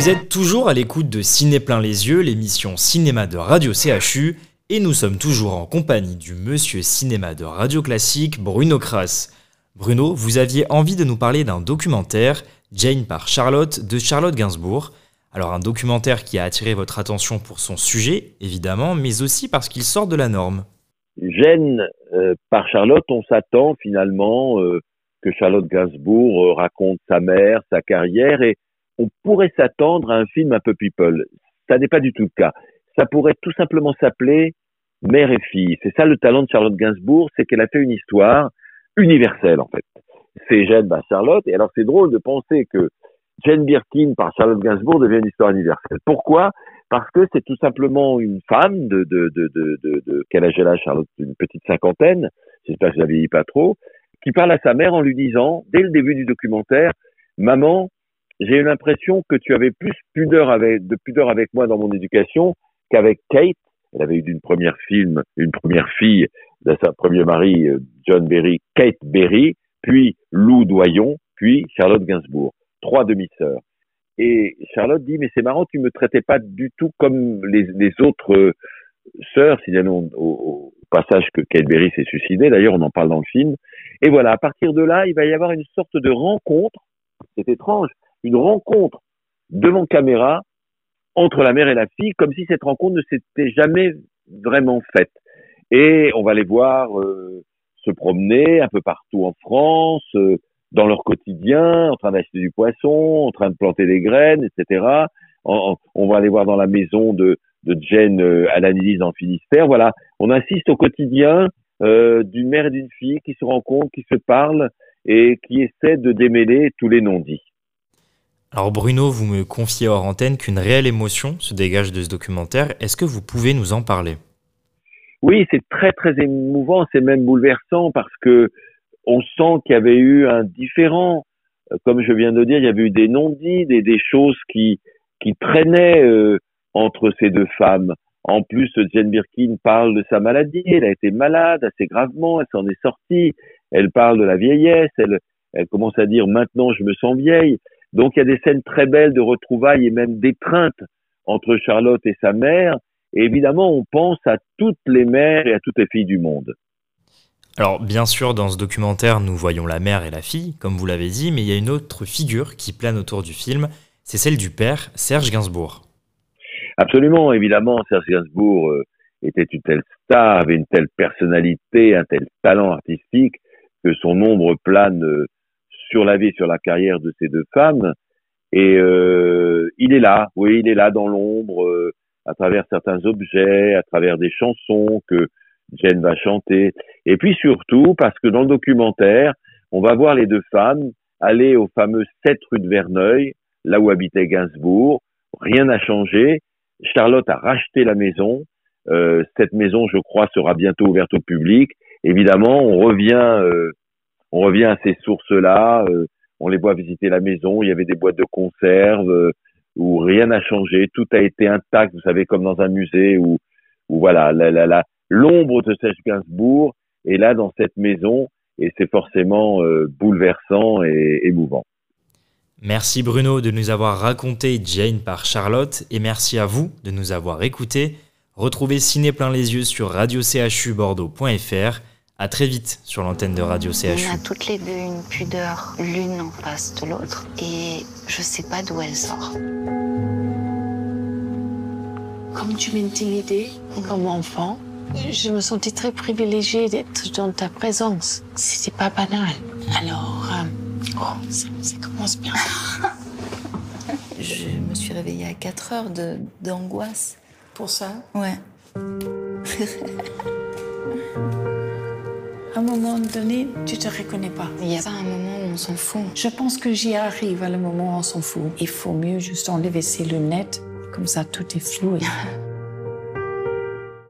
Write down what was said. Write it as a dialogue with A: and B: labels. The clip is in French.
A: Vous êtes toujours à l'écoute de Ciné plein les yeux, l'émission cinéma de Radio CHU, et nous sommes toujours en compagnie du monsieur cinéma de Radio Classique, Bruno Kras. Bruno, vous aviez envie de nous parler d'un documentaire, Jane par Charlotte, de Charlotte Gainsbourg. Alors un documentaire qui a attiré votre attention pour son sujet, évidemment, mais aussi parce qu'il sort de la norme.
B: Jane par Charlotte, on s'attend finalement que Charlotte Gainsbourg raconte sa mère, sa carrière, et on pourrait s'attendre à un film un peu people. Ça n'est pas du tout le cas. Ça pourrait tout simplement s'appeler Mère et fille. C'est ça le talent de Charlotte Gainsbourg, c'est qu'elle a fait une histoire universelle en fait. C'est Jane par Charlotte, et alors c'est drôle de penser que Jane Birkin par Charlotte Gainsbourg devient une histoire universelle. Pourquoi ? Parce que c'est tout simplement une femme de quel âge elle a, Charlotte ? Une petite cinquantaine, j'espère que ça vieillit pas trop, qui parle à sa mère en lui disant, dès le début du documentaire, « Maman, j'ai eu l'impression que tu avais plus de pudeur avec moi dans mon éducation qu'avec Kate. » Elle avait eu une première fille de sa premier mari, John Berry, Kate Berry, puis Lou Doyon, puis Charlotte Gainsbourg. 3 demi-sœurs. Et Charlotte dit, mais c'est marrant, tu me traitais pas du tout comme les autres sœurs, signalons au passage que Kate Berry s'est suicidée, d'ailleurs on en parle dans le film. Et voilà, à partir de là, il va y avoir une sorte de rencontre, c'est étrange, une rencontre devant caméra entre la mère et la fille, comme si cette rencontre ne s'était jamais vraiment faite. Et on va les voir se promener un peu partout en France, dans leur quotidien, en train d'acheter du poisson, en train de planter des graines, etc. On va aller voir dans la maison de Jane à l'Anilise en Finistère. Voilà, on assiste au quotidien d'une mère et d'une fille qui se rencontrent, qui se parlent et qui essaient de démêler tous les non-dits.
A: Alors Bruno, vous me confiez hors antenne qu'une réelle émotion se dégage de ce documentaire. Est-ce que vous pouvez nous en parler ?
B: Oui, c'est très très émouvant, c'est même bouleversant parce que on sent qu'il y avait eu un différend. Comme je viens de dire, il y avait eu des non-dits, des choses qui traînaient entre ces deux femmes. En plus, Jane Birkin parle de sa maladie. Elle a été malade assez gravement, elle s'en est sortie. Elle parle de la vieillesse, elle commence à dire « maintenant je me sens vieille ». Donc il y a des scènes très belles de retrouvailles et même d'étreinte entre Charlotte et sa mère. Et évidemment, on pense à toutes les mères et à toutes les filles du monde.
A: Alors bien sûr, dans ce documentaire, nous voyons la mère et la fille, comme vous l'avez dit, mais il y a une autre figure qui plane autour du film, c'est celle du père, Serge Gainsbourg.
B: Absolument, évidemment, Serge Gainsbourg était une telle star, avait une telle personnalité, un tel talent artistique, que son ombre plane sur la vie, sur la carrière de ces deux femmes. Et il est là, oui, il est là dans l'ombre, à travers certains objets, à travers des chansons que Jane va chanter. Et puis surtout, parce que dans le documentaire, on va voir les deux femmes aller au fameux 7 rue de Verneuil, là où habitait Gainsbourg. Rien n'a changé. Charlotte a racheté la maison. Cette maison, je crois, sera bientôt ouverte au public. Évidemment, on revient à ces sources-là. On les voit visiter la maison. Il y avait des boîtes de conserve où rien n'a changé. Tout a été intact, vous savez, comme dans un musée où voilà, l'ombre de Serge Gainsbourg est là dans cette maison et c'est forcément bouleversant et émouvant.
A: Merci Bruno de nous avoir raconté Jane par Charlotte et merci à vous de nous avoir écoutés. Retrouvez Ciné plein les yeux sur radiochubordeaux.fr. À très vite sur l'antenne de Radio CHU.
C: On a toutes les deux une pudeur l'une en face de l'autre et je sais pas d'où elle sort.
D: Comme tu m'intimidais comme enfant, je me sentais très privilégiée d'être dans ta présence. C'était pas banal. Alors, ça commence bien.
C: Je me suis réveillée à 4 heures d'angoisse.
D: Pour ça,
C: Ouais.
D: à un moment donné, tu te reconnais pas.
C: Il y a pas un moment où on s'en fout.
D: Je pense que j'y arrive à le moment où on s'en fout. Il faut mieux juste enlever ses lunettes, comme ça tout est flou.